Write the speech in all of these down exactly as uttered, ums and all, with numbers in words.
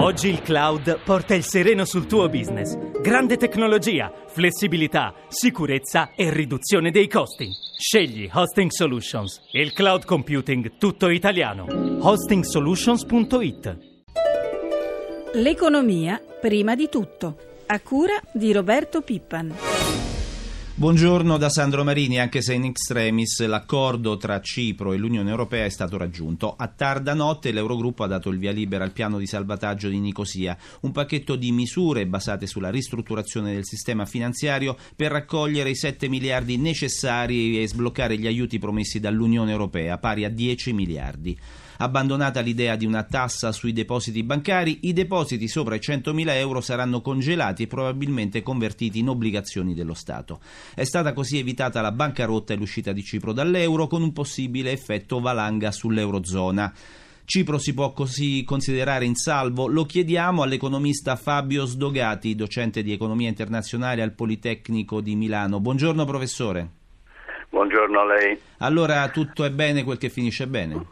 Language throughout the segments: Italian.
Oggi il cloud porta il sereno sul tuo business. Grande tecnologia, flessibilità, sicurezza e riduzione dei costi. Scegli Hosting Solutions, il cloud computing tutto italiano. hosting solutions punto it. L'economia prima di tutto, a cura di Roberto Pippan. Buongiorno da Sandro Marini. Anche se in extremis l'accordo tra Cipro e l'Unione Europea è stato raggiunto. A tarda notte l'Eurogruppo ha dato il via libera al piano di salvataggio di Nicosia, un pacchetto di misure basate sulla ristrutturazione del sistema finanziario per raccogliere i sette miliardi necessari e sbloccare gli aiuti promessi dall'Unione Europea, pari a dieci miliardi. Abbandonata l'idea di una tassa sui depositi bancari, i depositi sopra i centomila euro saranno congelati e probabilmente convertiti in obbligazioni dello Stato. È stata così evitata la bancarotta e l'uscita di Cipro dall'euro, con un possibile effetto valanga sull'eurozona. Cipro si può così considerare in salvo? Lo chiediamo all'economista Fabio Sdogati, docente di economia internazionale al Politecnico di Milano. Buongiorno professore. Buongiorno a lei. Allora tutto è bene quel che finisce bene?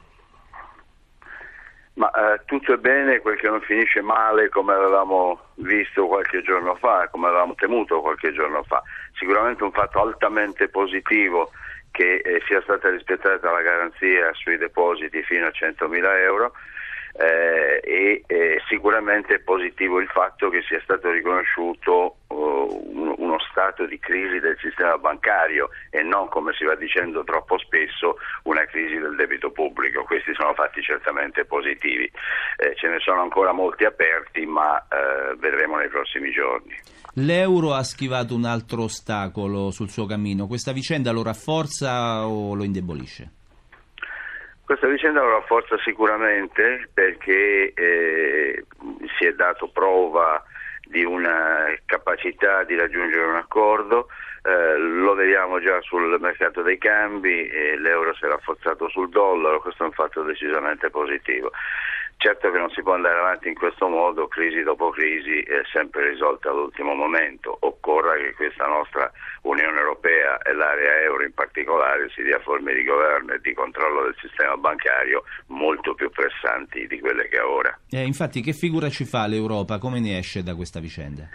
Ma eh, tutto è bene quel che non finisce male, come avevamo visto qualche giorno fa, come avevamo temuto qualche giorno fa. Sicuramente un fatto altamente positivo che eh, sia stata rispettata la garanzia sui depositi fino a centomila euro eh, e eh, sicuramente è positivo il fatto che sia stato riconosciuto uh, uno, uno stato di crisi del sistema bancario e non, come si va dicendo troppo spesso, una crisi del debito pubblico. Questi sono fatti certamente positivi. Eh, ce ne sono ancora molti aperti, ma eh, vedremo nei prossimi giorni. L'euro ha schivato un altro ostacolo sul suo cammino. Questa vicenda lo rafforza o lo indebolisce? Questa vicenda lo rafforza sicuramente perché eh, si è dato prova di una capacità di raggiungere un accordo. Eh, lo vediamo già sul mercato dei cambi, eh, l'euro si è rafforzato sul dollaro, questo è un fatto decisamente positivo. Certo che non si può andare avanti in questo modo, crisi dopo crisi, è sempre risolta all'ultimo momento. Occorre che questa nostra Unione Europea e l'area euro in particolare si dia forme di governo e di controllo del sistema bancario molto più pressanti di quelle che ha ora. Eh, infatti, che figura ci fa l'Europa? Come ne esce da questa vicenda?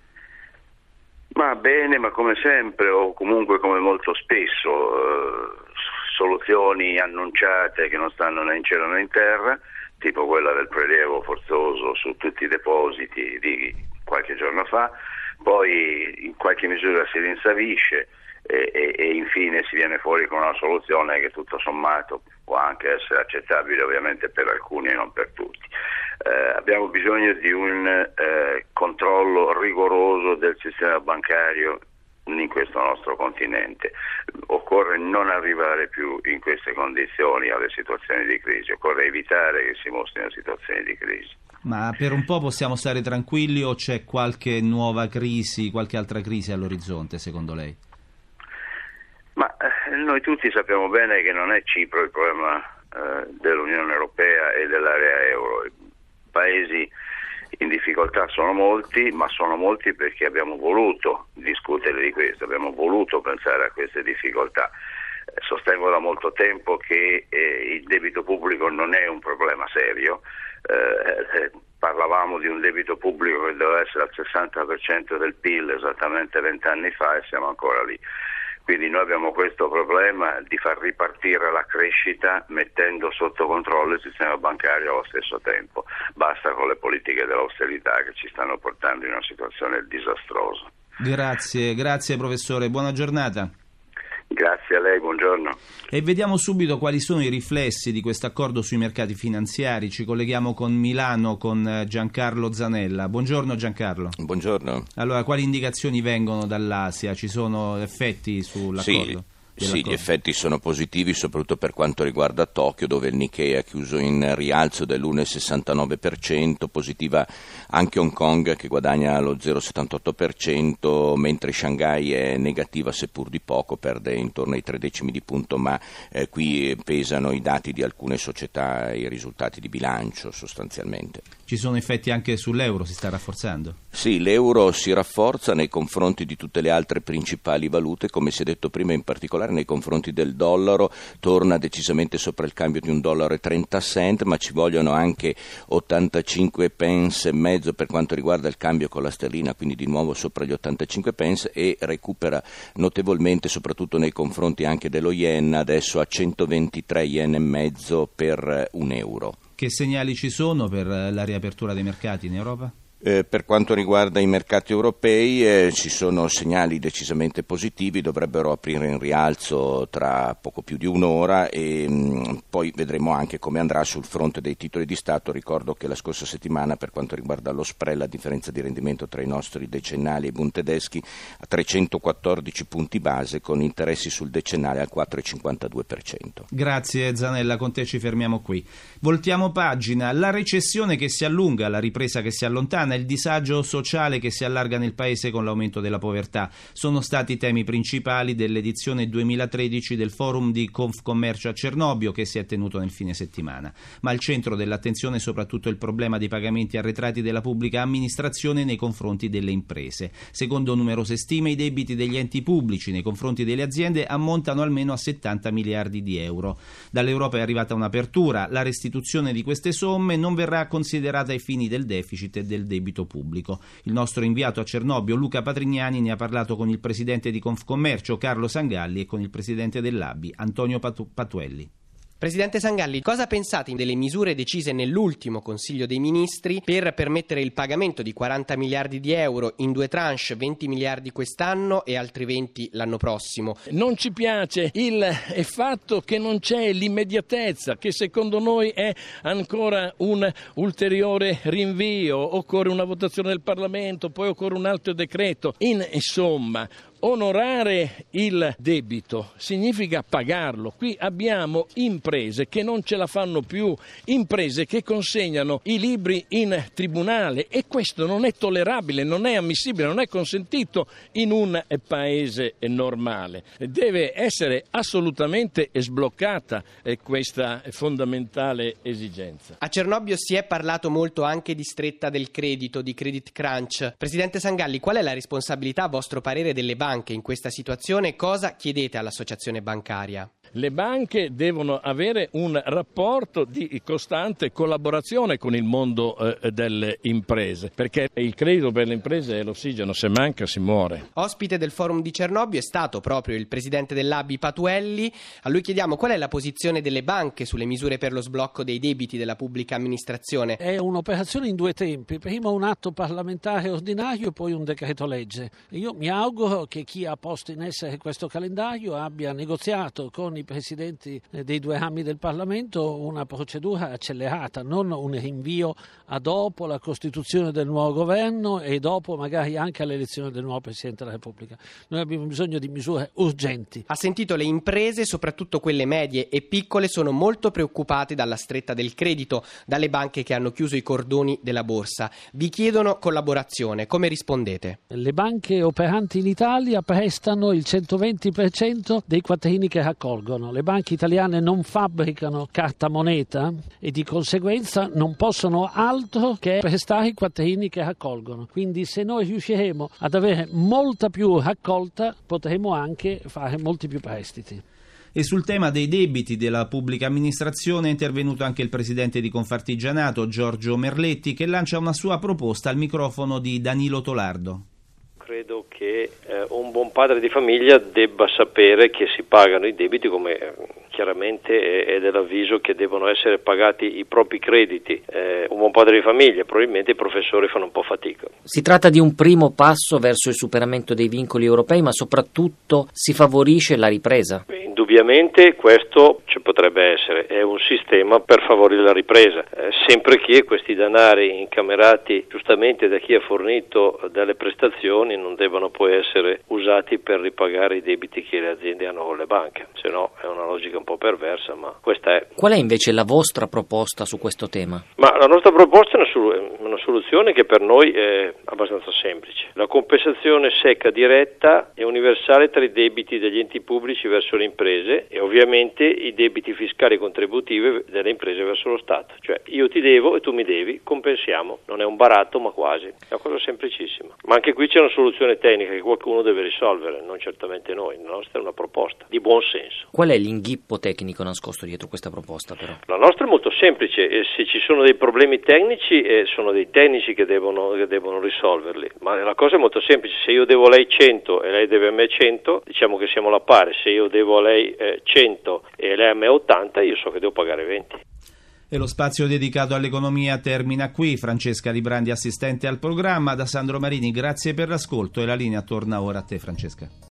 Ma bene, ma come sempre, o comunque come molto spesso, eh, soluzioni annunciate che non stanno né in cielo né in terra, tipo quella del prelievo forzoso su tutti i depositi di qualche giorno fa, poi in qualche misura si rinsavisce e, e, e infine si viene fuori con una soluzione che tutto sommato può anche essere accettabile ovviamente per alcuni e non per tutti. Eh, abbiamo bisogno di un eh, controllo rigoroso del sistema bancario in questo nostro continente. Occorre non arrivare più in queste condizioni alle situazioni di crisi, occorre evitare che si mostrino situazioni di crisi. Ma per un po' possiamo stare tranquilli o c'è qualche nuova crisi, qualche altra crisi all'orizzonte secondo lei? Ma eh, noi tutti sappiamo bene che non è Cipro il problema eh, dell'Unione Europea e dell'area euro. I paesi in difficoltà sono molti, ma sono molti perché abbiamo voluto discutere di questo, abbiamo voluto pensare a queste difficoltà. Eh, sostengo da molto tempo che eh, il debito pubblico non è un problema serio. Eh, eh, parlavamo di un debito pubblico che doveva essere al sessanta per cento del P I L esattamente vent'anni fa e siamo ancora lì. Quindi noi abbiamo questo problema di far ripartire la crescita mettendo sotto controllo il sistema bancario allo stesso tempo. Basta con le politiche dell'austerità che ci stanno portando in una situazione disastrosa. Grazie, grazie professore, buona giornata. Grazie a lei, buongiorno. E vediamo subito quali sono i riflessi di questo accordo sui mercati finanziari. Ci colleghiamo con Milano con Giancarlo Zanella. Buongiorno Giancarlo. Buongiorno. Allora, quali indicazioni vengono dall'Asia? Ci sono effetti sull'accordo? Sì. Sì, gli effetti sono positivi soprattutto per quanto riguarda Tokyo, dove il Nikkei ha chiuso in rialzo dell'uno virgola sessantanove per cento, positiva anche Hong Kong che guadagna lo zero virgola settantotto per cento, mentre Shanghai è negativa seppur di poco, perde intorno ai tre decimi di punto, ma eh, qui pesano i dati di alcune società e i risultati di bilancio sostanzialmente. Ci sono effetti anche sull'euro, si sta rafforzando? Sì, l'euro si rafforza nei confronti di tutte le altre principali valute, come si è detto prima, in particolare particolare nei confronti del dollaro, torna decisamente sopra il cambio di un dollaro e trenta cent, ma ci vogliono anche ottantacinque pence e mezzo per quanto riguarda il cambio con la sterlina, quindi di nuovo sopra gli ottantacinque pence, e recupera notevolmente soprattutto nei confronti anche dello yen, adesso a centoventitré yen e mezzo per un euro. Che segnali ci sono per la riapertura dei mercati in Europa? Eh, per quanto riguarda i mercati europei eh, ci sono segnali decisamente positivi, dovrebbero aprire in rialzo tra poco più di un'ora e mh, poi vedremo anche come andrà sul fronte dei titoli di Stato. Ricordo che la scorsa settimana, per quanto riguarda lo spread, la differenza di rendimento tra i nostri decennali e i bund tedeschi a trecentoquattordici punti base, con interessi sul decennale al quattro virgola cinquantadue per cento. Grazie Zanella, con te ci fermiamo qui. Voltiamo pagina. La recessione che si allunga, la ripresa che si allontana, il disagio sociale che si allarga nel paese con l'aumento della povertà sono stati i temi principali dell'edizione duemilatredici del forum di Confcommercio a Cernobbio, che si è tenuto nel fine settimana. Ma al centro dell'attenzione è soprattutto il problema dei pagamenti arretrati della pubblica amministrazione nei confronti delle imprese. Secondo numerose stime, i debiti degli enti pubblici nei confronti delle aziende ammontano almeno a settanta miliardi di euro. Dall'Europa è arrivata un'apertura: la restituzione di queste somme non verrà considerata ai fini del deficit e del debito pubblico. Il nostro inviato a Cernobbio, Luca Patrignani, ne ha parlato con il presidente di Confcommercio, Carlo Sangalli, e con il presidente dell'A B I, Antonio Patu- Patuelli. Presidente Sangalli, cosa pensate delle misure decise nell'ultimo Consiglio dei Ministri per permettere il pagamento di quaranta miliardi di euro in due tranche, venti miliardi quest'anno e altri venti l'anno prossimo? Non ci piace il fatto che non c'è l'immediatezza, che secondo noi è ancora un ulteriore rinvio, occorre una votazione del Parlamento, poi occorre un altro decreto. In, insomma, onorare il debito significa pagarlo. Qui abbiamo imprese che non ce la fanno più, imprese che consegnano i libri in tribunale, e questo non è tollerabile, non è ammissibile, non è consentito in un paese normale. Deve essere assolutamente sbloccata questa fondamentale esigenza. A Cernobbio si è parlato molto anche di stretta del credito, di credit crunch. Presidente Sangalli, qual è la responsabilità, a vostro parere, delle banche in questa situazione? Cosa chiedete all'associazione bancaria? Le banche devono avere un rapporto di costante collaborazione con il mondo eh, delle imprese, perché il credito per le imprese è l'ossigeno, se manca si muore. Ospite del forum di Cernobbio è stato proprio il presidente dell'A B I Patuelli. A lui chiediamo qual è la posizione delle banche sulle misure per lo sblocco dei debiti della pubblica amministrazione. È un'operazione in due tempi, prima un atto parlamentare ordinario e poi un decreto legge. Io mi auguro che chi ha posto in essere questo calendario abbia negoziato con i presidenti dei due rami del Parlamento una procedura accelerata, non un rinvio a dopo la costituzione del nuovo governo e dopo magari anche all'elezione del nuovo Presidente della Repubblica. Noi abbiamo bisogno di misure urgenti. Ha sentito, le imprese, soprattutto quelle medie e piccole, sono molto preoccupate dalla stretta del credito, dalle banche che hanno chiuso i cordoni della borsa. Vi chiedono collaborazione, come rispondete? Le banche operanti in Italia prestano il centoventi per cento dei quattrini che raccolgono. Le banche italiane non fabbricano carta moneta e di conseguenza non possono altro che prestare i quattrini che raccolgono. Quindi se noi riusciremo ad avere molta più raccolta potremo anche fare molti più prestiti. E sul tema dei debiti della pubblica amministrazione è intervenuto anche il presidente di Confartigianato, Giorgio Merletti, che lancia una sua proposta al microfono di Danilo Tolardo. Credo che eh, un buon padre di famiglia debba sapere che si pagano i debiti, come eh, chiaramente è, è dell'avviso che devono essere pagati i propri crediti. Eh, un buon padre di famiglia, probabilmente i professori fanno un po' fatica. Si tratta di un primo passo verso il superamento dei vincoli europei, ma soprattutto si favorisce la ripresa. Indubbiamente questo ci potrebbe essere, è un sistema per favorire la ripresa, eh, sempre che questi denari incamerati giustamente da chi ha fornito delle prestazioni non debbano poi essere usati per ripagare i debiti che le aziende hanno con le banche, se no è una logica un po' perversa, ma questa è. Qual è invece la vostra proposta su questo tema? Ma la nostra proposta è una, sol- una soluzione che per noi è abbastanza semplice: la compensazione secca diretta e universale tra i debiti degli enti pubblici verso le imprese, imprese e ovviamente i debiti fiscali e contributivi delle imprese verso lo Stato, cioè io ti devo e tu mi devi, compensiamo, non è un baratto ma quasi, è una cosa semplicissima, ma anche qui c'è una soluzione tecnica che qualcuno deve risolvere, non certamente noi, la nostra è una proposta di buon senso. Qual è l'inghippo tecnico nascosto dietro questa proposta però? La nostra è molto semplice, e se ci sono dei problemi tecnici eh, sono dei tecnici che devono, che devono risolverli, ma la cosa è molto semplice, se io devo a lei cento e lei deve a me cento, diciamo che siamo alla pari, se io devo a lei eh, cento e lei a me ottanta, io so che devo pagare venti. E lo spazio dedicato all'economia termina qui. Francesca Librandi, assistente al programma, da Sandro Marini, grazie per l'ascolto e la linea torna ora a te, Francesca.